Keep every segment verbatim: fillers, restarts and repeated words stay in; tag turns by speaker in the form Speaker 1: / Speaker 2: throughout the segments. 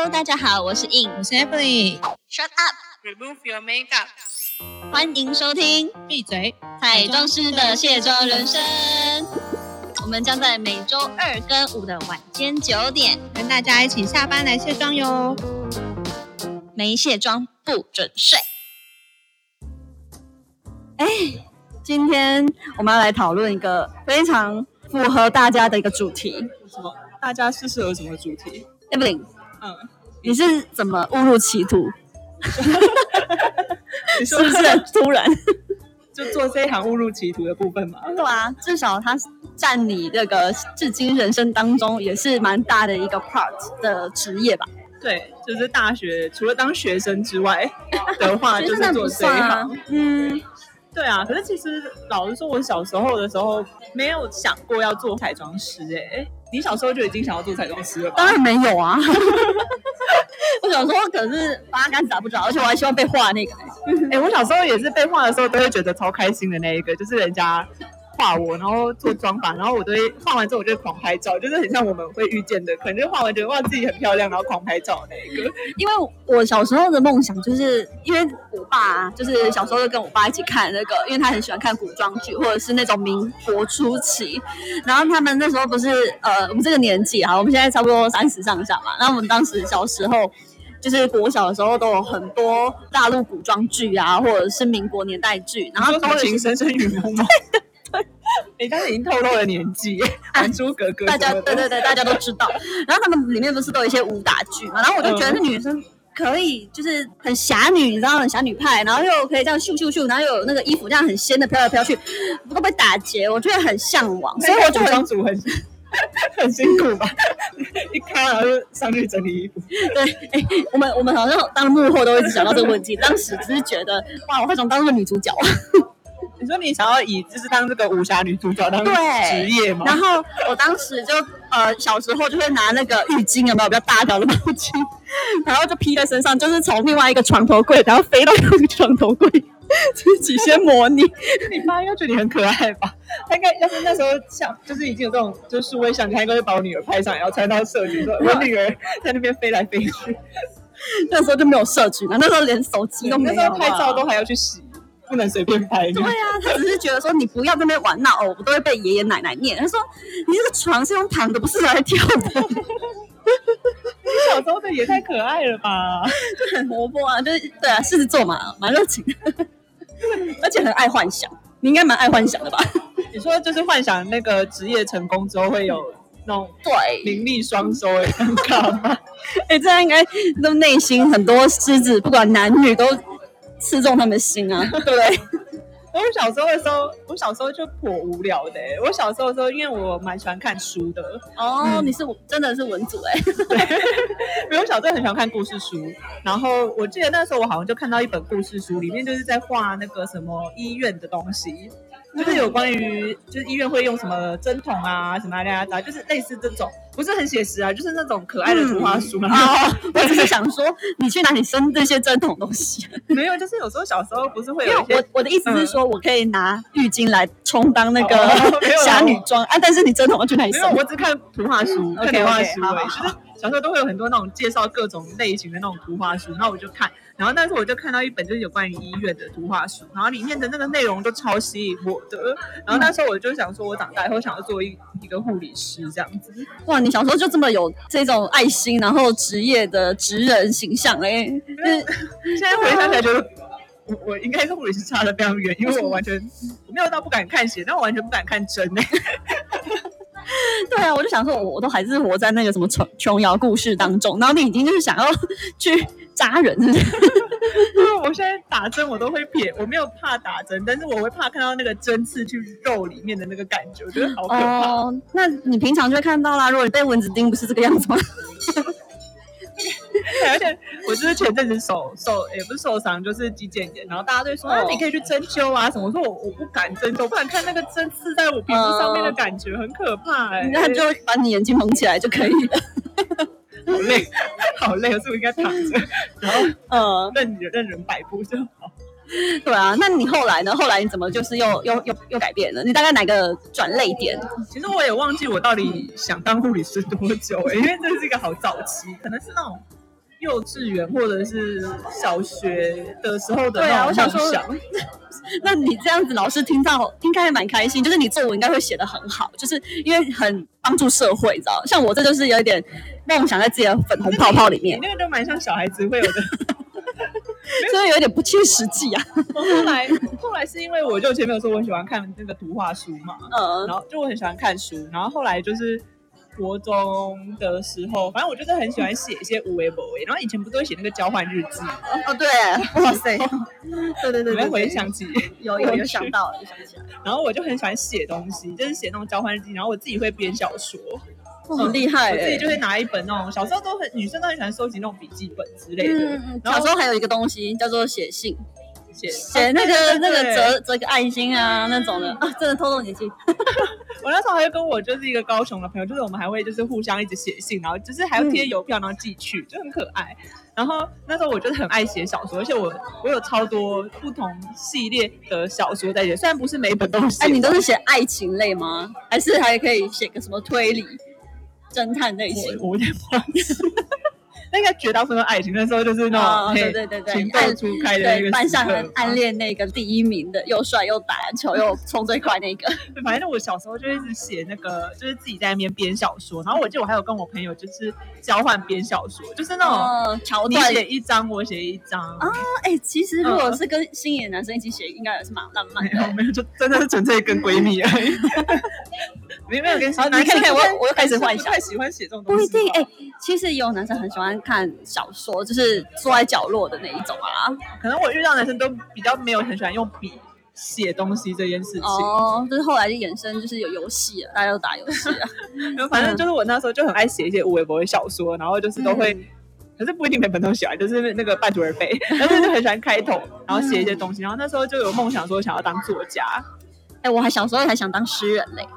Speaker 1: Hello， 大家好，我是 In，
Speaker 2: 我是 Emily。Shut
Speaker 1: up，remove
Speaker 2: your makeup。
Speaker 1: 欢迎收听
Speaker 2: 闭嘴，
Speaker 1: 彩妆师的卸妆人生。我们将在每周二跟五的晚间九点，
Speaker 2: 跟大家一起下班来卸妆哟。
Speaker 1: 没卸妆不准睡。哎，今天我们要来讨论一个非常符合大家的一个主题。
Speaker 2: 什么？大家是适合什么主题
Speaker 1: ？Evelyn，
Speaker 2: 嗯，
Speaker 1: 你是怎么误入歧途？
Speaker 2: 你说
Speaker 1: 是不是很突然？
Speaker 2: 就做这一行误入歧途的部分嘛？
Speaker 1: 对啊，至少它占你这个至今人生当中也是蛮大的一个 part 的职业吧？
Speaker 2: 对，就是大学除了当学生之外的话，就是做这一行。
Speaker 1: 嗯，
Speaker 2: 对啊。可是其实老实说，我小时候的时候没有想过要做彩妆师哎、欸。你小时候就已经想要做彩妆师了吧？
Speaker 1: 当然没有啊。我小时候可是八竿子打不着，而且我还希望被画那个。
Speaker 2: 哎、欸，我小时候也是被画的时候都会觉得超开心的那一个，就是人家画我，然后做妆法，然后我都会画完之后我就会狂拍照，就是很像我们会遇见的，可能就画完觉得哇自己很漂亮，然后狂拍照的那一个。
Speaker 1: 因为我小时候的梦想就是，因为我爸、啊、就是小时候就跟我爸一起看那个，因为他很喜欢看古装剧或者是那种民国初期，然后他们那时候不是呃我们这个年纪啊，我们现在差不多三十上下嘛，然后我们当时小时候。就是国小的时候都有很多大陆古装剧啊，或者是民国年代剧，然后都
Speaker 2: 有情深深雨蒙蒙。对对，你刚才已经透露了年纪，《还珠格格》
Speaker 1: 大家对对对，大家都知道。然后他们里面不是都有一些武打剧嘛？然后我就觉得这女生可以，就是很侠女，你知道，很侠女派，然后又可以这样咻咻咻，然后又有那个衣服这样很仙的飘来飘去，不会被打劫，我觉得很向往，所以我就很。
Speaker 2: 很辛苦吧？一开然后就上去整理衣服。
Speaker 1: 对，哎、欸，我们我们好像当幕后都一直想到这个问题。当时只是觉得，哇，我好想当这个女主角。
Speaker 2: 你说你想要以就是当这个武侠女主角当职业吗？
Speaker 1: 然后我当时就呃小时候就会拿那个浴巾，有没有比较大条的毛巾，然后就披在身上，就是从另外一个床头柜，然后飞到那个床头柜。自己先模拟。
Speaker 2: 你妈应该觉得你很可爱吧？他应该要是那时候像就是已经有这种就是数位相机，他应该会把我女儿拍上来，然后传到社群说我女儿在那边飞来飞去。
Speaker 1: 那时候就没有社群啊，那时候连手机都没有。
Speaker 2: 那时候拍照都还要去洗，不能随便拍。
Speaker 1: 对啊，他只是觉得说你不要在那边玩闹哦，我都会被爷爷奶奶念。他说你这个床是用躺的，不是来跳的。
Speaker 2: 你小时候的也太可爱了吧，
Speaker 1: 就很活泼啊，就是对啊，狮子座嘛，蛮热情的。而且很爱幻想，你应该蛮爱幻想的吧？
Speaker 2: 你说就是幻想那个职业成功之后会有那种
Speaker 1: 对
Speaker 2: 名利双收的尴尬吗？
Speaker 1: 哎、欸，这样应该都内心很多狮子，不管男女都刺中他们的心啊，对不对？
Speaker 2: 我小时候的时候，我小时候就颇无聊的、欸。我小时候的时候，因为我蛮喜欢看书的。
Speaker 1: 哦，嗯、你是真的是文组哎、欸。
Speaker 2: 对，因为我小时候很喜欢看故事书。然后我记得那时候我好像就看到一本故事书，里面就是在画那个什么医院的东西，就是有关于就是医院会用什么针筒啊什么呀呀，就是类似这种，不是很写实啊，就是那种可爱的图画书。嗯、
Speaker 1: 哦，我只是想说，你去哪里生这些针筒东西？
Speaker 2: 没有，就是有时候小时候不是会有一些。
Speaker 1: 我我的意思是说，嗯、我可以拿浴巾来充当那个侠女装啊，但是你针筒要去哪里生？
Speaker 2: 没有，我只看图画书，看图画书而已。就是小时候都会有很多那种介绍各种类型的那种图画书，然后我就看，然后那时候我就看到一本就是有关于医院的图画书，然后里面的那个内容都超吸引我的，然后那时候我就想说，我长大以后想要做一一个护理师这样子。
Speaker 1: 哇，你小时候就这么有这种爱心，然后职业的职人形象哎、欸，
Speaker 2: 现在回想起来觉得。我我应该跟护理师差得非常远，因为我完全我没有到不敢看血，但我完全不敢看针哎、欸。
Speaker 1: 对啊，我就想说我，我都还是活在那个什么琼琼瑶故事当中，然后你已经就是想要去扎人，是不是？
Speaker 2: 因为我现在打针我都会撇，我没有怕打针，但是我会怕看到那个针刺去肉里面的那个感觉，我觉得好可怕。
Speaker 1: 哦，那你平常就会看到啦。如果你被蚊子叮，不是这个样子吗？
Speaker 2: 对，而且我就是前阵子手受也不是受伤，就是肌腱炎，然后大家都说、哦、啊，你可以去针灸啊什么。我说我我不敢针灸，我不敢看那个针刺在我皮肤上面的感觉，很可怕哎、欸。
Speaker 1: 那就把你眼睛蒙起来就可以了。
Speaker 2: 好累，好累，我是不是应该躺着，然后呃任人任人摆布就好。
Speaker 1: 对啊，那你后来呢？后来你怎么就是又又又又改变了？你大概哪个转捩点？
Speaker 2: 其实我也忘记我到底想当护理师多久哎、欸，因为这是一个好早期，可能是那种幼稚园或者是小学的时候的
Speaker 1: 对啊，
Speaker 2: 那
Speaker 1: 我想说
Speaker 2: 种梦想。
Speaker 1: 那你这样子，老师听到应该还蛮开心，就是你作文应该会写得很好，就是因为很帮助社会，你知道？像我这就是有一点梦想在自己的粉红泡泡里面，
Speaker 2: 你那个就蛮像小孩子会有的，
Speaker 1: 所以有点不切实际啊。
Speaker 2: 后来后来是因为我就前面有说我很喜欢看那个图画书嘛，嗯，然后就我很喜欢看书，然后后来就是国中的时候，反正我就是很喜欢写一些无为不为，然后以前不都会写那个交换日记吗？
Speaker 1: 哦，对，哇塞，对对对对，
Speaker 2: 回想起
Speaker 1: 有有有想到了，就想起来。
Speaker 2: 然后我就很喜欢写东西，就是写那种交换日记，然后我自己会编小说。
Speaker 1: 很、哦、厉害、欸！
Speaker 2: 我自己就会拿一本那种，小时候都很女生都很喜欢收集那种笔记本之类的。嗯嗯，
Speaker 1: 小时候还有一个东西叫做写信，
Speaker 2: 写
Speaker 1: 写那个、啊、那个折折个爱心啊那种的啊，真的透露年纪。
Speaker 2: 我那时候还会跟我就是一个高雄的朋友，就是我们还会就是互相一直写信，然后就是还要贴邮票，然后寄去，就很可爱。然后那时候我就是很爱写小说，而且我我有超多不同系列的小说在写，虽然不是每一本都写。
Speaker 1: 哎，你都是写爱情类吗？还是还可以写个什么推理？侦探类型，
Speaker 2: 我有点忘记，那应该绝大部分都爱情。那时候就是那种、
Speaker 1: 哦、对对对对，
Speaker 2: 情窦初开的那个
Speaker 1: 班上暗恋那个第一名的，又帅又打篮球又冲最快那个。
Speaker 2: 反正我小时候就一直写那个，就是自己在那边编小说。然后我记得我还有跟我朋友就是交换编小说，就是那种桥段，你写一张，我写一张
Speaker 1: 啊。哎、欸，其实如果是跟心仪的男生一起写，应该也是蛮浪漫的。
Speaker 2: 没有没有，就真的是纯粹跟闺蜜而已。没有没有跟
Speaker 1: 男生，我我又开始幻想，
Speaker 2: 太喜欢写这种东西。
Speaker 1: 不一定哎、欸，其实也有男生很喜欢看小说，就是坐在角落的那一种啊。
Speaker 2: 可能我遇到男生都比较没有很喜欢用笔写东西这件事情。
Speaker 1: 哦，就是后来就衍生就是有游戏了，大家都打游戏啊。
Speaker 2: 反正就是我那时候就很爱写一些无微博的小说，然后就是都会。嗯，可是不一定每本都喜欢，就是那个半途而废。但是就很喜欢开头，然后写一些东西。然后那时候就有梦想说想要当作家。
Speaker 1: 哎、欸，我还小时候还想当诗人嘞。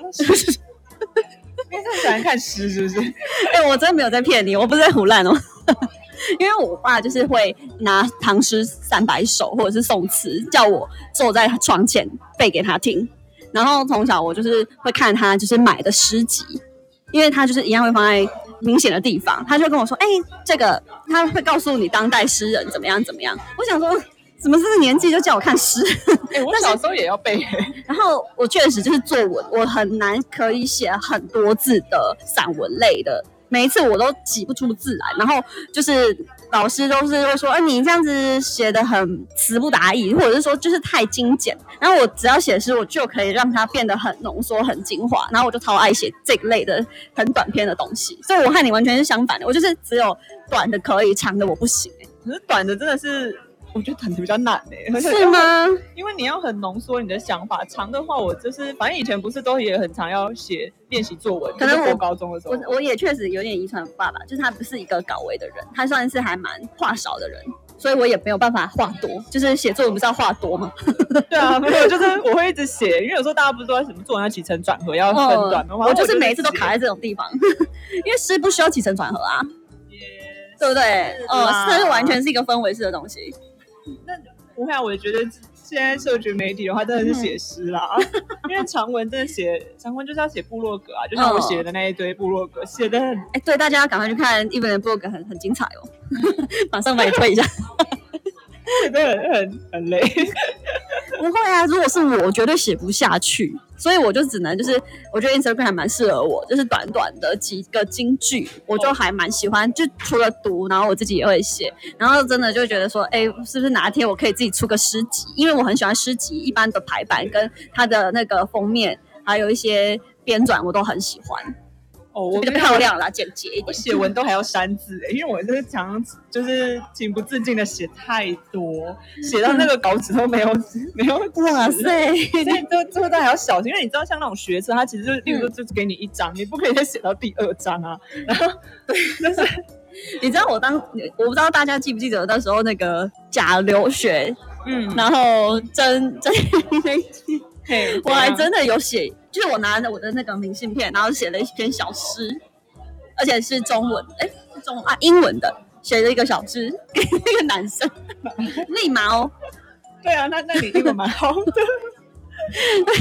Speaker 2: 因为很喜欢看诗，是不是？
Speaker 1: 哎、欸，我真的没有在骗你，我不是在胡乱哦。因为我爸就是会拿唐诗三百首或者是宋词，叫我坐在床前背给他听。然后从小我就是会看他就是买的诗集，因为他就是一样会放在明显的地方，他就跟我说：“哎、欸，这个他会告诉你当代诗人怎么样怎么样。”我想说。怎么这个年纪就叫我看诗？
Speaker 2: 哎、欸，我小时候也要背、欸。
Speaker 1: 然后我确实就是作文，我很难可以写很多字的散文类的，每一次我都挤不出字来。然后就是老师都是会说：“哎、欸，你这样子写的很词不达意，或者是说就是太精简。”然后我只要写诗，我就可以让它变得很浓缩、很精华。然后我就超爱写这个类的很短篇的东西。所以我和你完全是相反的，我就是只有短的可以，长的我不行、欸。
Speaker 2: 可是短的真的是。我觉得短的比较难诶、欸，
Speaker 1: 是吗？
Speaker 2: 因为你要很浓缩你的想法，长的话，我就是反正以前不是都也很常要写练习作文，
Speaker 1: 可能我
Speaker 2: 高中的时候，
Speaker 1: 我我也确实有点遗传我爸爸，就是他不是一个搞维的人，他算是还蛮话少的人，所以我也没有办法话多，就是写作文不是要话多吗？
Speaker 2: 对啊，没有，就是我会一直写，因为有时候大家不是都在什么作文要起承转合要分段的话、
Speaker 1: 哦，我就是每一次都卡在这种地方，因为诗不需要起承转合啊，对不对？哦，这是完全是一个氛围式的东西。
Speaker 2: 那不会啊，我觉得现在社群媒体的话，真的是写诗啦，嗯、因为长文真的写长文就是要写部落格啊，就像我写的那一堆部落格，写的很
Speaker 1: 哎、欸，对，大家要赶快去看一本的部落格，很很精彩哦，马上帮你推一下，
Speaker 2: 真的很很很累。
Speaker 1: 不会啊，如果是我，我绝对写不下去，所以我就只能就是，我觉得 Instagram 还蛮适合我，就是短短的几个金句，我就还蛮喜欢。就除了读，然后我自己也会写，然后真的就觉得说，哎，是不是哪一天我可以自己出个诗集？因为我很喜欢诗集，一般的排版跟它的那个封面，还有一些编纂，我都很喜欢。哦，我比较漂亮啦，简洁一点。
Speaker 2: 我写文都还要删字、欸，因为我就是常就是情不自禁的写太多，写到那个稿纸都没有没有。
Speaker 1: 哇塞！所
Speaker 2: 以这这个都还要小心，因为你知道像那种学测，它其实就例如说就给你一张，嗯、你不可以再写到第二章啊。然后对，但是
Speaker 1: 你知道我当我不知道大家记不记得那时候那个假留学，嗯，然后真真那期。
Speaker 2: Hey,
Speaker 1: 我还真的有写，就是我拿着我的那个明信片，然后写了一篇小诗，而且是中文，哎，是中文啊，英文的，写了一个小诗给那个男生，立马哦。
Speaker 2: 对啊，那那你英文蛮好的。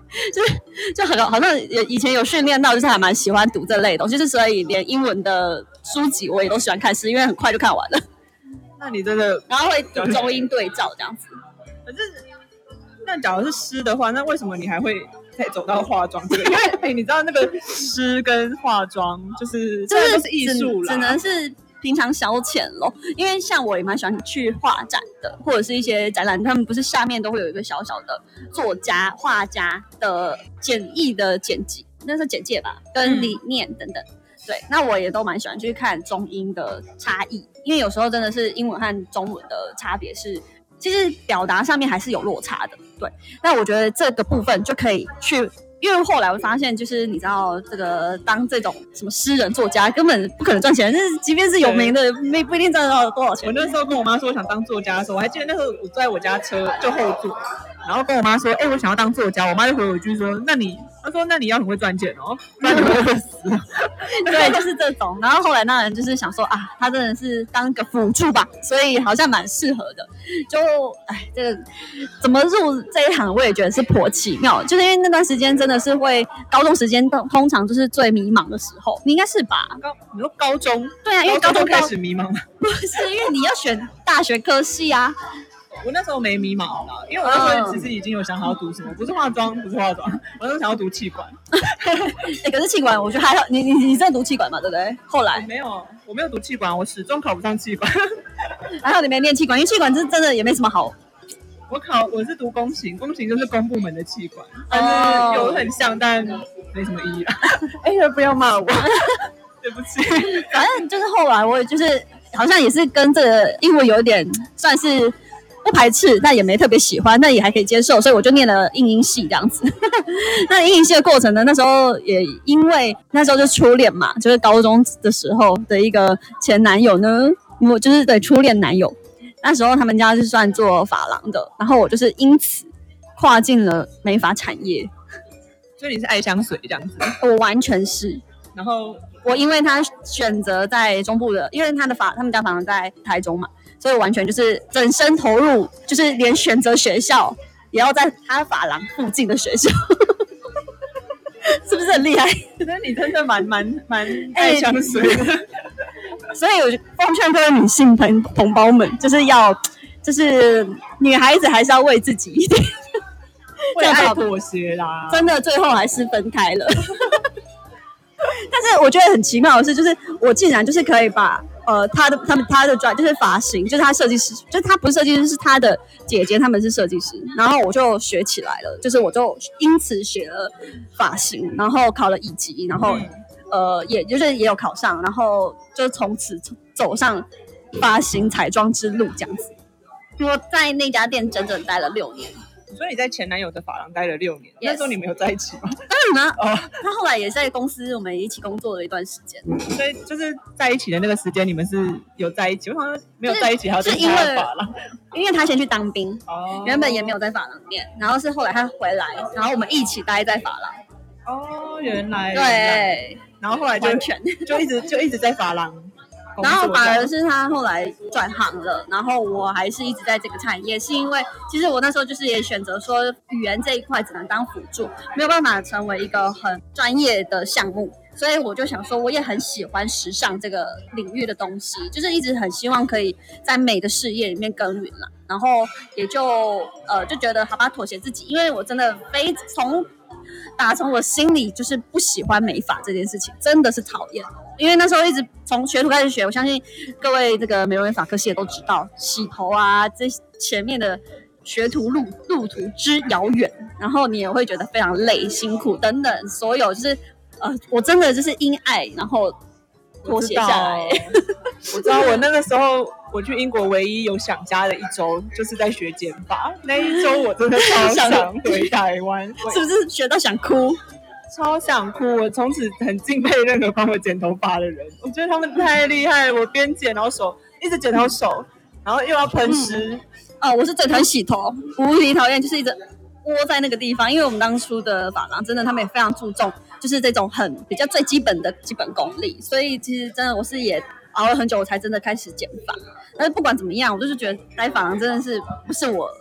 Speaker 1: 就是就很好像以前有训练到，就是还蛮喜欢读这类的东西，就是所以连英文的书籍我也都喜欢看诗，因为很快就看完了。
Speaker 2: 那你真的，
Speaker 1: 然后会读中英对照这样子。
Speaker 2: 可是，那假如是诗的话，那为什么你还会再走到化妆这个？因为、欸、你知道那个诗跟化妆就是
Speaker 1: 就是
Speaker 2: 都是艺术啦，
Speaker 1: 只能是平常消遣咯。因为像我也蛮喜欢去画展的，或者是一些展览，他们不是下面都会有一个小小的作家、画家的简易的简介，那是简介吧，跟理念等等。嗯对，那我也都蛮喜欢去看中英的差异，因为有时候真的是英文和中文的差别是，其实表达上面还是有落差的。对，那我觉得这个部分就可以去，因为后来我发现，就是你知道，这个当这种什么诗人作家根本不可能赚钱，就是即便是有名的，没不一定赚得到多少钱。
Speaker 2: 我那时候跟我妈说我想当作家的时候，我还记得那时候我坐在我家车就后座，然后跟我妈说，哎、欸，我想要当作家，我妈就回我一句说，那你。他说：“那你要很会赚钱哦，不然你会死。”
Speaker 1: 对，就是这种。然后后来那人就是想说啊，他真的是当个辅助吧，所以好像蛮适合的。就哎，这个怎么入这一行，我也觉得是颇奇妙。就是因为那段时间真的是会高中时间，通常就是最迷茫的时候，你应该是吧？
Speaker 2: 高，你说高中？
Speaker 1: 对啊，因为高中
Speaker 2: 开始迷茫吗？
Speaker 1: 不是，因为你要选大学科系啊。
Speaker 2: 我那时候没迷茫啦，因为我那时候其实已经有想好要读什么，不是化妆，不是化妆，我那时候想要读气管。
Speaker 1: 欸、可是气管，我觉得还好，你你你在读气管嘛，对不对？后来
Speaker 2: 没有，我没有读气管，我始终考不上气管。
Speaker 1: 还好你没念气管，因为气管是真的也没什么好。
Speaker 2: 我考我是读工行，工行就是公部门的气管，但是有很像，但没什么意义啦。哎呀，不要骂我，对不起。
Speaker 1: 反正就是后来我也就是好像也是跟这个英文有一点算是。不排斥，但也没特别喜欢，但也还可以接受，所以我就念了英英系这样子。那英英系的过程呢，那时候也因为那时候就初恋嘛，就是高中的时候的一个前男友呢，我就是对初恋男友，那时候他们家是算做发廊的，然后我就是因此跨进了美发产业。
Speaker 2: 所以你是爱香水这样子？
Speaker 1: 我完全是。
Speaker 2: 然后
Speaker 1: 我因为他选择在中部的，因为他的发他们家发廊在台中嘛。所以完全就是整身投入，就是连选择学校也要在他发廊附近的学校，是不是很厉害？
Speaker 2: 觉得你真的蛮蛮蛮爱香水的、欸，
Speaker 1: 所以我就奉劝各位女性同同胞们，就是要，就是女孩子还是要为自己一点，
Speaker 2: 为爱妥协啦。
Speaker 1: 真的，最后还是分开了。但是我觉得很奇妙的是，就是我竟然就是可以把。呃，他的他们他的专就是发型，就是他设计师，就是他不是设计师，是他的姐姐，他们是设计师。然后我就学起来了，就是我就因此学了发型，然后考了乙级，然后、嗯、呃，也就是也有考上，然后就从此走上发型彩妆之路这样子。我在那家店整整待了六年。
Speaker 2: 所以你在前男友的发廊待了六年， yes. 那时候你们有在一起吗？
Speaker 1: 当然了，哦，他后来也在公司，我们一起工作了一段时间。
Speaker 2: 所以就是在一起的那个时间，你们是有在一起？我好像没有在一起，还有在发廊，
Speaker 1: 因为他先去当兵，哦，原本也没有在发廊念，然后是后来他回来，然后我们一起待在发廊。
Speaker 2: 哦，原来
Speaker 1: 对，
Speaker 2: 然后后来就
Speaker 1: 完全
Speaker 2: 就一直就一直在发廊。
Speaker 1: 然后反而是他后来转行了，然后我还是一直在这个产业，是因为其实我那时候就是也选择说语言这一块只能当辅助，没有办法成为一个很专业的项目，所以我就想说我也很喜欢时尚这个领域的东西，就是一直很希望可以在美的事业里面耕耘了，然后也就呃就觉得好吧，妥协自己，因为我真的非从打从我心里就是不喜欢美发这件事情，真的是讨厌。因为那时候一直从学徒开始学，我相信各位这个美容美发科系也都知道，洗头啊这前面的学徒路路途之遥远，然后你也会觉得非常累、辛苦等等，所有就是呃，我真的就是因爱然后妥协下来。
Speaker 2: 我知道我那个时候我去英国唯一有想家的一周，就是在学剪发，那一周我真的超想回台湾，
Speaker 1: 是不是学到想哭？
Speaker 2: 超想哭！我从此很敬佩任何帮我剪头发的人，我觉得他们太厉害了。我边剪然后手一直剪到手，然后又要喷湿、嗯。
Speaker 1: 哦，我是最讨厌洗头，无敌讨厌，就是一直窝在那个地方。因为我们当初的发廊真的，他们也非常注重，就是这种很比较最基本的基本功力。所以其实真的我是也熬了很久，我才真的开始剪发。但是不管怎么样，我就是觉得待发廊真的是不是我。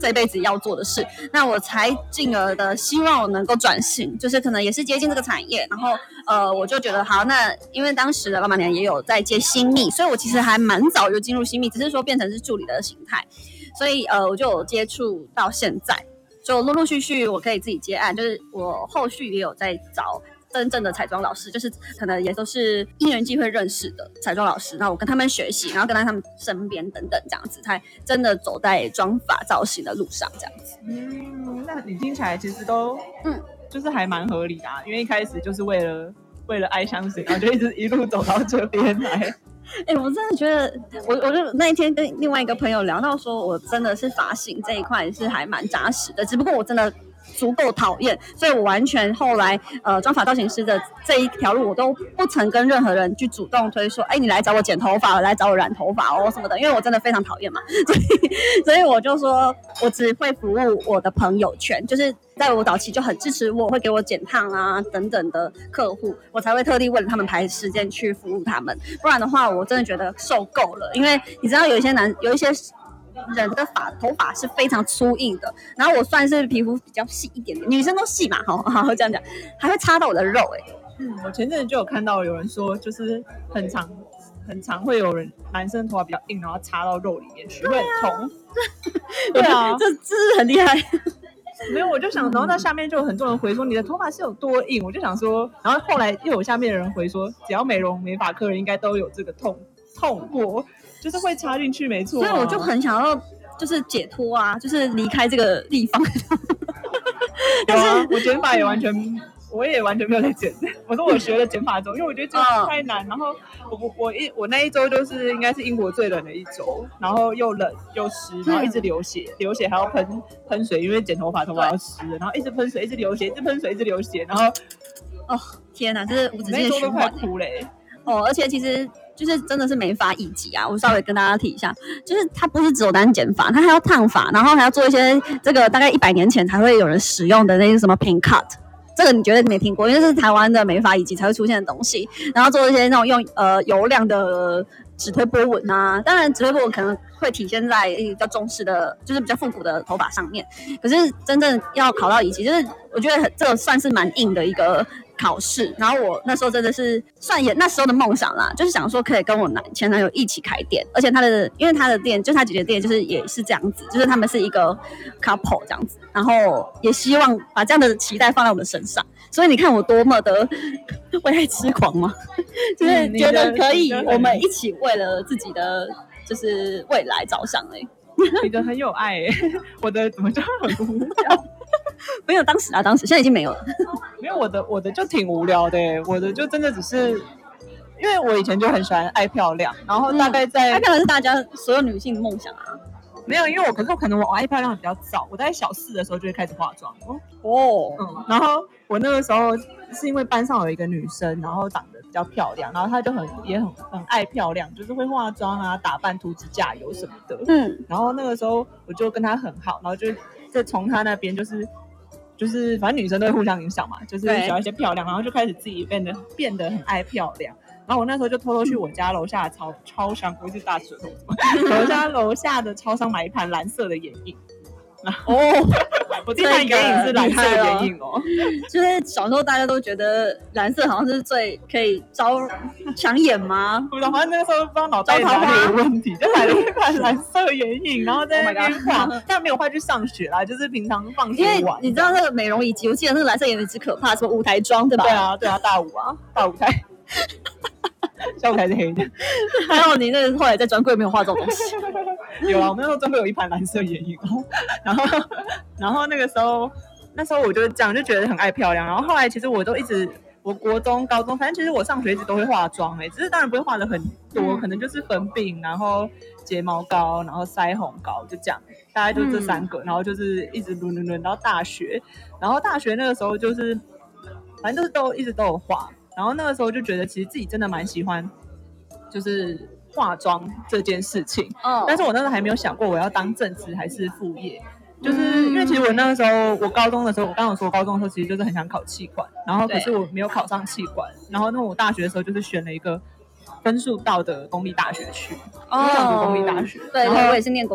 Speaker 1: 这一辈子要做的事，那我才进而的希望我能够转型，就是可能也是接近这个产业，然后呃，我就觉得好，那因为当时的老板娘也有在接新秘，所以我其实还蛮早就进入新秘，只是说变成是助理的形态，所以呃，我就有接触到现在，就陆陆续续我可以自己接案，就是我后续也有在找真正的彩妆老师，就是可能也都是因缘际会认识的彩妆老师，然后我跟他们学习，然后跟在他们身边等等这样子，才真的走在妆发造型的路上这样子。
Speaker 2: 嗯，那你听起来其实都嗯，就是还蛮合理的啊，因为一开始就是为了为了爱香水，然后就一直一路走到这边来。
Speaker 1: 哎、欸，我真的觉得，我我就那一天跟另外一个朋友聊到说，我真的是发型这一块是还蛮扎实的，只不过我真的足够讨厌，所以我完全后来呃妆发造型师的这一条路，我都不曾跟任何人去主动推说，哎，你来找我剪头发，来找我染头发哦什么的，因为我真的非常讨厌嘛，所以所以我就说我只会服务我的朋友圈，就是在我早期就很支持我，会给我剪烫啊等等的客户，我才会特地为了他们排时间去服务他们，不然的话我真的觉得受够了，因为你知道有一些男有一些人的发头发是非常粗硬的，然后我算是皮肤比较细一点点，女生都细嘛，好好这样讲，还会插到我的肉哎、欸。
Speaker 2: 嗯，我前阵子就有看到有人说，就是很常很常会有人男生头发比较硬，然后插到肉里面去，会很痛。对啊，
Speaker 1: 这这是很厉害。
Speaker 2: 没有，我就想，然后到下面就有很多人回说你的头发是有多硬，我就想说，然后后来又有下面的人回说，只要美容美发客人应该都有这个痛痛过。就是会插进去，没错、啊。
Speaker 1: 所以我就很想要，就是解脱啊，就是离开这个地方。
Speaker 2: 但是、啊、我剪发也完全，我也完全没有在剪。我说我学了剪发之后，因为我觉得这太难。嗯、然后我我我一我那一周就是应该是英国最冷的一周，然后又冷又湿，然后一直流血，嗯、流血还要喷喷水，因为剪头发头发要湿，然后一直喷水，一直流血，一直喷水，一直流血，然后
Speaker 1: 哦天哪，这是无止境的循环。
Speaker 2: 那一周都快哭嘞、欸。
Speaker 1: 哦，而且其实就是真的是美发乙级啊！我稍微跟大家提一下，就是它不是只有单剪发，它还要烫发，然后还要做一些这个大概一百年前才会有人使用的那些什么 pin cut， 这个你绝对没听过，因为这是台湾的美发乙级才会出现的东西。然后做一些那种用呃油亮的指推波纹啊，当然指推波纹可能会体现在比较中式的，就是比较复古的头发上面。可是真正要考到乙级，就是我觉得很这个算是蛮硬的一个考试，然后我那时候真的是算也那时候的梦想啦，就是想说可以跟我男前男友一起开店，而且他的因为他的店就是他姐姐的店，就是也是这样子，就是他们是一个 couple 这样子，然后也希望把这样的期待放在我们身上，所以你看我多么的为爱痴狂吗？就是觉得可以，我们一起为了自己的就是未来着想哎、欸。
Speaker 2: 你的很有爱哎、欸，我的怎么就很无聊？
Speaker 1: 没有当时啊，当时现在已经没有了。
Speaker 2: 没有我的，我的就挺无聊的、欸，我的就真的只是，因为我以前就很喜欢爱漂亮，然后大概在、
Speaker 1: 嗯、爱漂亮是大家所有女性的梦想啊。
Speaker 2: 没有，因为我可是我可能我爱漂亮比较早，我在小四的时候就会开始化妆哦。
Speaker 1: 哦，
Speaker 2: 嗯，然后我那个时候是因为班上有一个女生，然后长得比较漂亮，然后她就很也很很爱漂亮，就是会化妆啊、打扮、涂指甲油什么的。嗯，然后那个时候我就跟她很好，然后就就从她那边就是就是反正女生都会互相影响嘛，就是喜欢一些漂亮，然后就开始自己变得变得很爱漂亮。然后我那时候就偷偷去我家楼下的超超商，不是大舌头什么，楼下楼下的超商买一盘蓝色的眼影。哦，我第一盘眼影是蓝色的眼影哦，
Speaker 1: 就是小时候大家都觉得蓝色好像是最可以招抢眼吗？
Speaker 2: 不知道，反正那个时候不知道脑袋哪里有问题，就买了一盘蓝色眼影，然后在那边画， oh、但没有画去上学啦，就是平常放学玩。因为
Speaker 1: 你知道那个美容仪器，我记得那个蓝色眼影之可怕，什么舞台妆对吧？
Speaker 2: 对啊，对啊，大舞啊，大舞台。下午台是黑的，
Speaker 1: 还好你那个后来在专柜没有画这种东西。
Speaker 2: 有啊，我们那时候专柜有一盘蓝色眼影，然后然后那个时候那时候我就这样就觉得很爱漂亮，然后后来其实我都一直我国中、高中，反正其实我上学一直都会化妆哎、欸，只是当然不会画的很多、嗯，可能就是粉饼，然后睫毛膏，然后腮红膏，就这样，大概就这三个，嗯、然后就是一直轮轮轮到大学，然后大学那个时候就是反正就是都一直都有画。然后那个时候就觉得其实自己真的蛮喜欢就是化妆这件事情、oh. 但是我那时候还没有想过我要当正职还是副业，就是因为其实我那个时候我高中的时候我刚刚有说我高中的时候其实就是很想考企管，然后可是我没有考上企管，然后那我大学的时候就是选了一个分数到的公立大学去，我、oh. 想读公立大学，
Speaker 1: 对，我也是念公立的。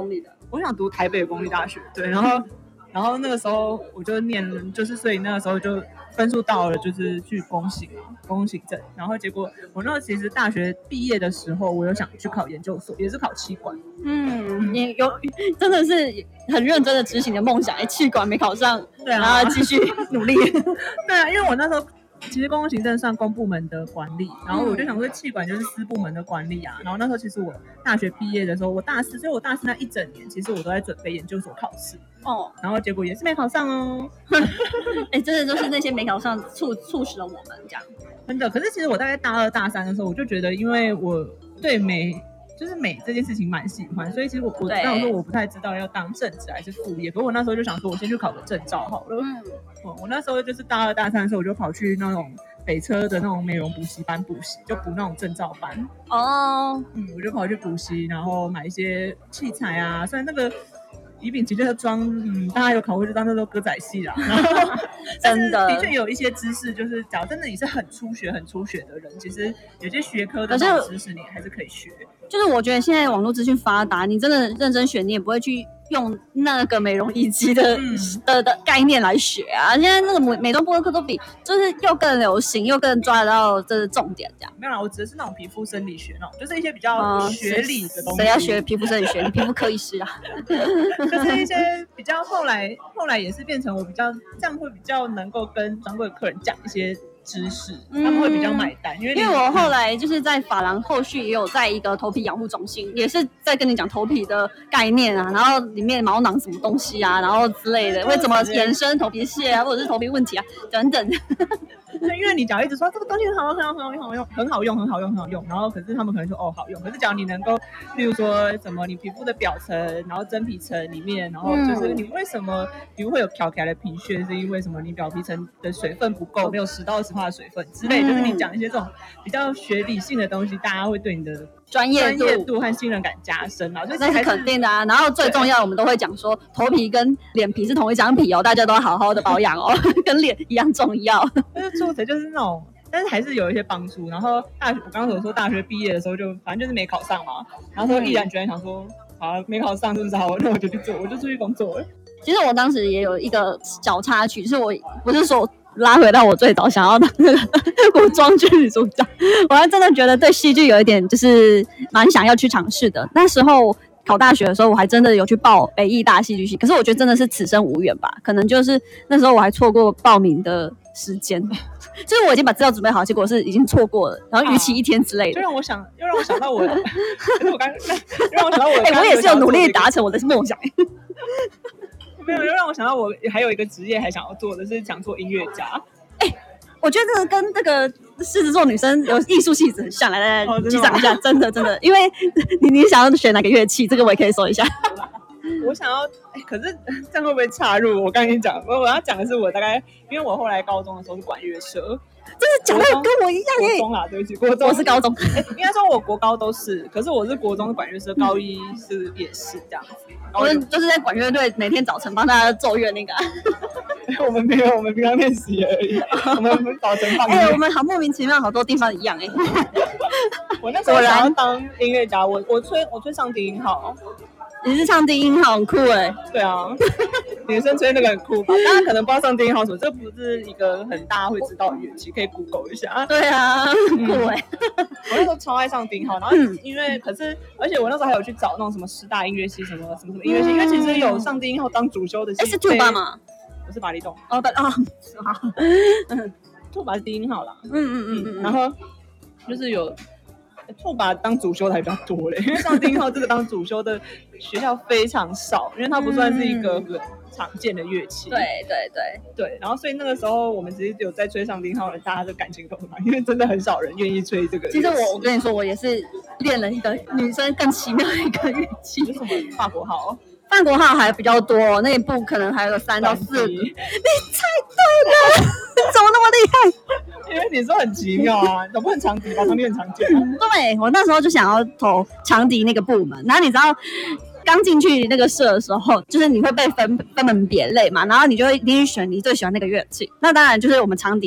Speaker 2: 我想读台北公立大学，对，然后然后那个时候我就念，就是所以那个时候就分数到了，就是去公行公行证，然后结果我那其实大学毕业的时候，我有想去考研究所，也是考企管。
Speaker 1: 嗯，你有真的是很认真的执行的梦想，哎，企管没考上，
Speaker 2: 对啊，
Speaker 1: 然后继续努力。
Speaker 2: 对啊，因为我那时候。其实公共行政算公部门的管理，然后我就想说企管就是私部门的管理啊。然后那时候其实我大学毕业的时候，我大四，所以我大四那一整年，其实我都在准备研究所考试。哦，然后结果也是没考上哦。
Speaker 1: 哎，真的就是那些没考上促促使了我们这样。
Speaker 2: 真的，可是其实我大概大二大三的时候，我就觉得，因为我对美就是美这件事情蛮喜欢，所以其实我我那时候我不太知道要当正职还是副业，可是我那时候就想说，我先去考个证照好了。嗯，我我那时候就是大二大三的时候，我就跑去那种北车的那种美容补习班补习，就补那种证照班。哦，嗯，我就跑去补习，然后买一些器材啊，虽然那个乙丙级这个妆，嗯，大家有考过就当那都歌仔戏啦。然后真的，的确有一些知识，就是假如真的你是很初学、很初学的人，其实有些学科的知识你还是可以学。
Speaker 1: 就是我觉得现在网络资讯发达，你真的认真学，你也不会去用那个美容仪机的、嗯、的的概念来学啊。现在那个美妆部落客都比就是又更流行，又更抓得到这是重点这样。
Speaker 2: 没有啦，我指的是那种皮肤生理学那种，就是一些比较学理的东西。
Speaker 1: 谁、嗯、要学皮肤生理学？你皮肤科医师啊？
Speaker 2: 就是一些比较后来后来也是变成我比较这样会比较能够跟专柜的客人讲一些知识，他们会比较买单，因为
Speaker 1: 因为我后来就是在发廊后续也有在一个头皮养护中心，也是在跟你讲头皮的概念啊，然后里面毛囊什么东西啊，然后之类的，为什么延伸头皮屑啊，或者是头皮问题啊等等。
Speaker 2: 对，因为你只要一直说这个东西很好很好很好用很好用很好用很好用很好用，然后可是他们可能说哦好用，可是只要你能够，例如说什么你皮肤的表层，然后真皮层里面，然后就是你为什么皮肤会有挑起来的皮屑，是因为什么你表皮层的水分不够，没有十到十趴的水分之类，就是你讲一些这种比较学理性的东西，大家会对你的
Speaker 1: 专业度,
Speaker 2: 专业度和信任感加深啊，所以
Speaker 1: 那是肯定的啊。然后最重要，我们都会讲说，头皮跟脸皮是同一张皮哦，大家都要好好的保养哦，跟脸一样重要。
Speaker 2: 就是做成就是那种，但是还是有一些帮助。然后大学，我刚刚有说大学毕业的时候就反正就是没考上嘛，然后毅然决然想说，好，没考上是不是好？那我就去做，我就出去工作了。
Speaker 1: 其实我当时也有一个小插曲，就是我不是说。拉回到我最早想要当那个古装剧女主角，我还真的觉得对戏剧有一点就是蛮想要去尝试的。那时候考大学的时候，我还真的有去报北艺大戏剧系，可是我觉得真的是此生无缘吧，可能就是那时候我还错过报名的时间，就是我已经把资料准备好，结果是已经错过了，然后逾期一天之类的。
Speaker 2: 就让我想，又让我想到我，可是我刚，让我想到我，
Speaker 1: 哎、欸，我也是有努力达成我的梦想。
Speaker 2: 没有，又让我想到我还有一个职业还想要做的是想做音乐家。
Speaker 1: 哎、欸，我觉得这个跟那个狮子座女生有击术气质很像，来来来，击掌一下，真的真的，因为你你想要选哪个乐器，这个我也可以说一下。
Speaker 2: 我想要，哎，可是这样会不会插入？我刚跟你讲，我我要讲的是我大概，因为我后来高中的时候是管乐社。
Speaker 1: 真的讲的跟我一样耶！
Speaker 2: 国中啦，对不起，国中
Speaker 1: 我是高中。
Speaker 2: 欸、应该说我国高都是，可是我是国中的管乐社，高一是也是这样子。
Speaker 1: 我们就是在管乐队每天早晨帮大家奏乐那个、啊。
Speaker 2: 我们没有，我们平常练习而已。我们早晨放。
Speaker 1: 哎、欸，我们好莫名其妙，好多地方一样哎、欸。
Speaker 2: 我那时候想要当音乐家，我我吹我吹上低音号。
Speaker 1: 你是唱低音号很酷哎、欸，
Speaker 2: 对啊，女生吹那个很酷吧？大家可能不知道唱低音号什么，这不是一个很大家会知道的乐器，可以 Google 一下。
Speaker 1: 对啊，很酷哎、欸
Speaker 2: 嗯！我那时候超爱上低音号，然后因为、嗯、可是，而且我那时候还有去找那种什么师大音乐系什么什么什么音乐系，嗯、因为其实有上低音号当主修的系。
Speaker 1: 哎、欸，是兔爸吗？
Speaker 2: 我是巴黎洞。
Speaker 1: 哦，对啊，好，
Speaker 2: 嗯，兔爸是低音号啦。
Speaker 1: 嗯嗯嗯嗯，
Speaker 2: 然后就是有。兔把当主修的还比较多嘞，因为上低音号这个当主修的学校非常少，因为它不算是一个很常见的乐器。
Speaker 1: 对对对
Speaker 2: 对，然后所以那个时候我们其实有在吹上低音号的，大家的感情都很好，因为真的很少人愿意吹这个乐器。
Speaker 1: 其实我我跟你说，我也是练了一个女生更奇妙的一个乐器，
Speaker 2: 是什么？法国号。
Speaker 1: 法国号还比较多，那一部可能还有三到四。你猜对了，怎么那么厉害？
Speaker 2: 因为你说很奇妙啊，怎么很长笛吧？长笛很常见、啊。
Speaker 1: 对，我那时候就想要投长笛那个部门，然后你知道刚进去那个社的时候，就是你会被分分门别类嘛，然后你就会一定选你最喜欢那个乐器。那当然就是我们长笛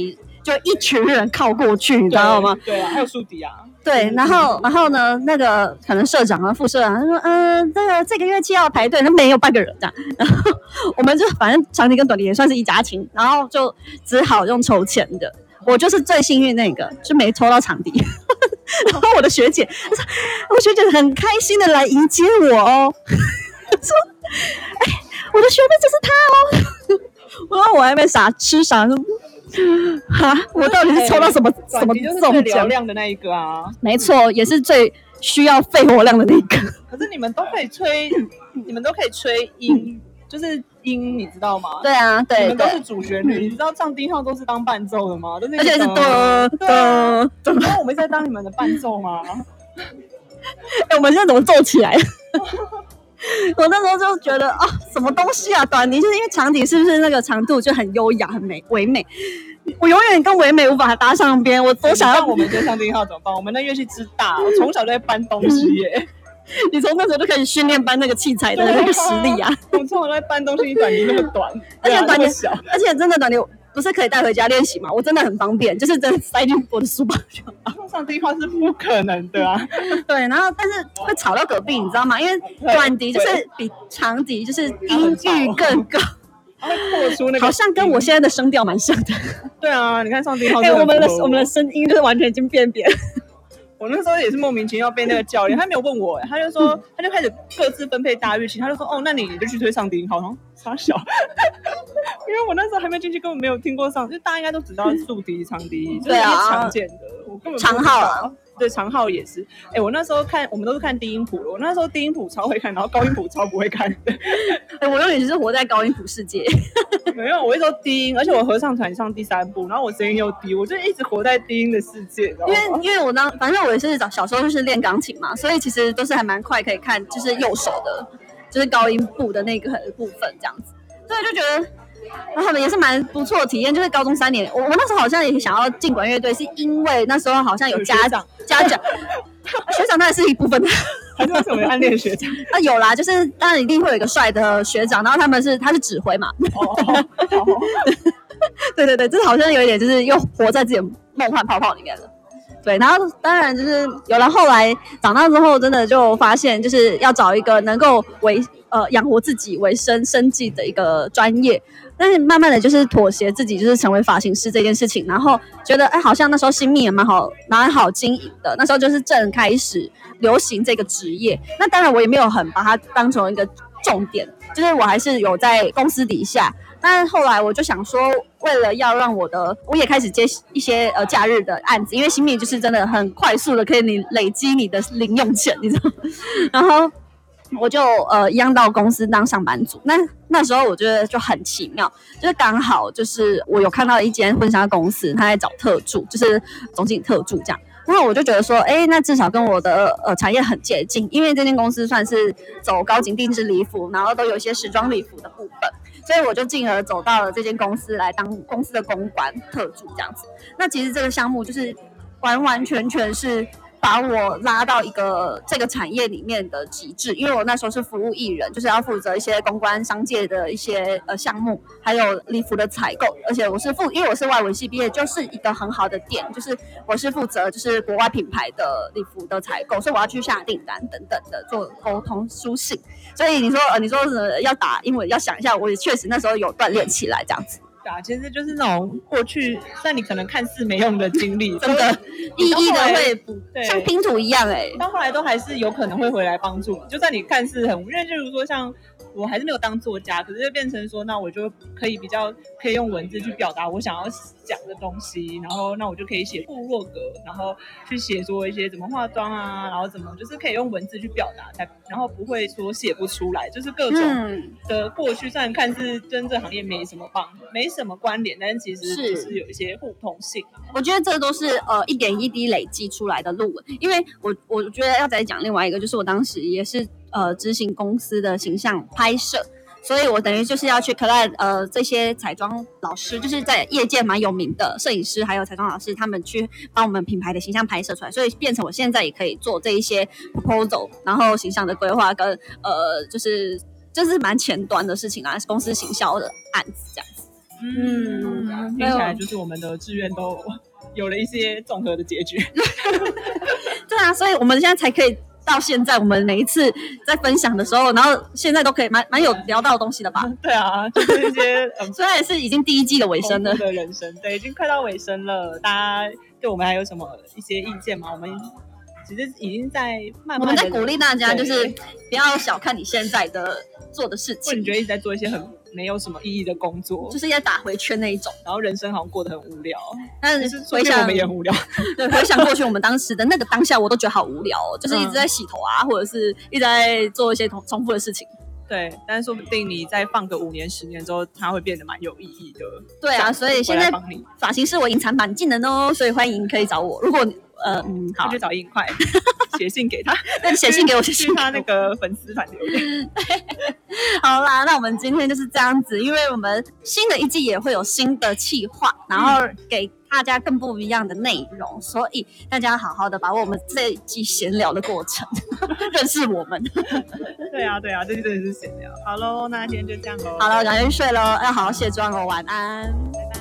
Speaker 1: 就一群人靠过去，你知道吗？
Speaker 2: 对啊，还有树敌啊。
Speaker 1: 对，然后然后呢，那个可能社长啊、副社长他说，嗯、呃，这个这个乐器要排队，那没有半个人这样。然后我们就反正长笛跟短笛也算是一家亲，然后就只好用抽签的。我就是最幸运那个，就没抽到长笛。然后我的学姐，我学姐很开心的来迎接我哦，说：“哎，我的学妹就是她哦。”我说我还没傻吃傻，哈，我到底是抽到什么、欸、什么中奖
Speaker 2: 亮的那一个啊？
Speaker 1: 没错，也是最需要肺活量的那一个。
Speaker 2: 可是你们都可以吹，你们都可以吹音，就是音，你知道吗？
Speaker 1: 对啊，对，
Speaker 2: 你们都是主旋律。你知道唱低号都是当伴奏的吗？都是
Speaker 1: 而且是的
Speaker 2: 的。然后我们在当你们的伴奏吗？
Speaker 1: 哎、欸，我们现在怎么奏起来？我那时候就觉得啊，什么东西啊？短笛就是因为长笛是不是那个长度就很优雅、很美、唯美？我永远跟唯美无法搭上边。我多想要
Speaker 2: 我们跟唱低号怎么办？我们那乐器之大，我从小就在搬东西耶。
Speaker 1: 你从那时候就开始训练搬那个器材的那个实力啊！
Speaker 2: 我从小就在搬东西，短笛那么短，
Speaker 1: 而且短笛
Speaker 2: 小，
Speaker 1: 而且真的短笛不是可以带回家练习吗？我真的很方便，就是真的塞进我的书包就好。
Speaker 2: 用上低号是不可能的啊。
Speaker 1: 对，然后但是会吵到隔壁，你知道吗？因为短笛就是比长笛就是音域更高。
Speaker 2: 会破出那个，
Speaker 1: 好像跟我现在的声调蛮像的。
Speaker 2: 对啊，你看上低号，
Speaker 1: 哎、欸，我们的我们的声音就是完全已经变扁。
Speaker 2: 我那时候也是莫名其妙被那个教练，他没有问我，他就说，他就开始各自分配大乐器，他就说，哦，那你你就去吹上低号，然后傻小，因为我那时候还没进去，根本没有听过上，就大家应该都知道竖笛、长笛，就是一些常见的，我根本不知道
Speaker 1: 长号啊。
Speaker 2: 对，长号也是。哎、欸，我那时候看，我们都是看低音谱的。我那时候低音谱超会看，然后高音谱超不会看。
Speaker 1: 哎、欸，我永远是活在高音谱世界。
Speaker 2: 没有，我一直都低音，而且我合唱团上第三部，然后我声音又低，我就一直活在低音的世界。
Speaker 1: 因为因为我当反正我也是小时候就是练钢琴嘛，所以其实都是还蛮快可以看，就是右手的，就是高音部的那个部分这样子。所以就觉得。然后也是蛮不错的体验，就是高中三年，我我那时候好像也想要进管乐队，是因为那时候好像有家长家长学长当然是一部分的，
Speaker 2: 还是为什么暗恋学长？
Speaker 1: 啊有啦，就是当然一定会有一个帅的学长，然后他们是他是指挥嘛，哦哦、对对对，这好像有一点就是又活在自己的梦幻泡泡里面了。对，然后当然就是有了后来长大之后，真的就发现就是要找一个能够为呃养活自己为生生计的一个专业。但是慢慢的就是妥协自己，就是成为发型师这件事情，然后觉得哎，好像那时候新秘也蛮好，蛮好经营的。那时候就是正开始流行这个职业，那当然我也没有很把它当成一个重点，就是我还是有在公司底下。但是后来我就想说，为了要让我的，我也开始接一些呃假日的案子，因为新秘就是真的很快速的可以你累积你的零用钱，你知道吗？然后。我就呃一样到公司当上班族，那那时候我觉得就很奇妙，就是刚好就是我有看到一间婚纱公司，他在找特助，就是总经理特助这样，然后我就觉得说，哎，那至少跟我的呃产业很接近，因为这间公司算是走高级定制礼服，然后都有一些时装礼服的部分，所以我就进而走到了这间公司来当公司的公关特助这样子。那其实这个项目就是完完全全是。把我拉到一个这个产业里面的极致，因为我那时候是服务艺人，就是要负责一些公关商界的一些呃项目，还有礼服的采购，而且我是负，因为我是外文系毕业，就是一个很好的点，就是我是负责就是国外品牌的礼服的采购，所以我要去下订单等等的做沟通书信，所以你说呃你说呃要打英文要想一下，我也确实那时候有锻炼起来这样子。
Speaker 2: 对啊，其实就是那种过去但你可能看似没用的经历，
Speaker 1: 真的一一的会补，像拼图一样哎、欸，
Speaker 2: 到后来都还是有可能会回来帮助你。就算你看似很，因为就是说像我还是没有当作家，可是就变成说，那我就可以比较可以用文字去表达我想要讲的东西，然后那我就可以写部落格，然后去写说一些怎么化妆啊，然后怎么就是可以用文字去表达，才然后不会说写不出来，就是各种的过去，虽然看似跟这行业没什么帮，没什么关联，但是其实就是有一些互通性、啊。
Speaker 1: 我觉得这都是呃一点一滴累积出来的路，因为我我觉得要再讲另外一个，就是我当时也是呃执行公司的形象拍摄。所以我等于就是要去 collect 呃这些彩妆老师，就是在业界蛮有名的摄影师还有彩妆老师，他们去帮我们品牌的形象拍摄出来，所以变成我现在也可以做这一些 proposal， 然后形象的规划跟呃就是就是蛮前端的事情啊，公司行销的案子这样子。
Speaker 2: 嗯，听起来就是我们的志愿都有了一些综合的结局。
Speaker 1: 对啊，所以我们现在才可以到现在，我们每一次在分享的时候，然后现在都可以蛮蛮有聊到的东西了吧？
Speaker 2: 对啊，就是一些嗯，
Speaker 1: 虽然也是已经第一季的尾声了，
Speaker 2: 的人生，对，已经快到尾声了。大家对我们还有什么一些意见吗？我们其实已经在慢慢的，
Speaker 1: 我们在鼓励大家，就是不要小看你现在的做的事情。
Speaker 2: 或者你觉得一直在做一些很没有什么意义的工作，
Speaker 1: 就是要打回圈那一种，
Speaker 2: 然后人生好像过得很无聊。
Speaker 1: 但是回想
Speaker 2: 我们也很无聊，
Speaker 1: 对，回想过去我们当时的那个当下，我都觉得好无聊哦，就是一直在洗头啊，嗯、或者是一直在做一些重重复的事情。
Speaker 2: 对，但是说不定你再放个五年、十年之后，它会变得蛮有意义的。
Speaker 1: 对啊，所以现在发型是我隐藏版技能哦，所以欢迎可以找我。如果呃嗯
Speaker 2: 好，就找硬块写信给他，
Speaker 1: 那写信给我，写信
Speaker 2: 去他那个粉丝团留言。
Speaker 1: 好啦，那我们今天就是这样子，因为我们新的一季也会有新的企划，然后给大家更不一样的内容，所以大家好好的把握我们这一季闲聊的过程，认识我们。
Speaker 2: 对啊，对啊，这季真的是闲聊。好喽，那今天就这样喽。
Speaker 1: 好了，赶紧睡喽，要好好卸妆哦，晚安。
Speaker 2: 拜拜。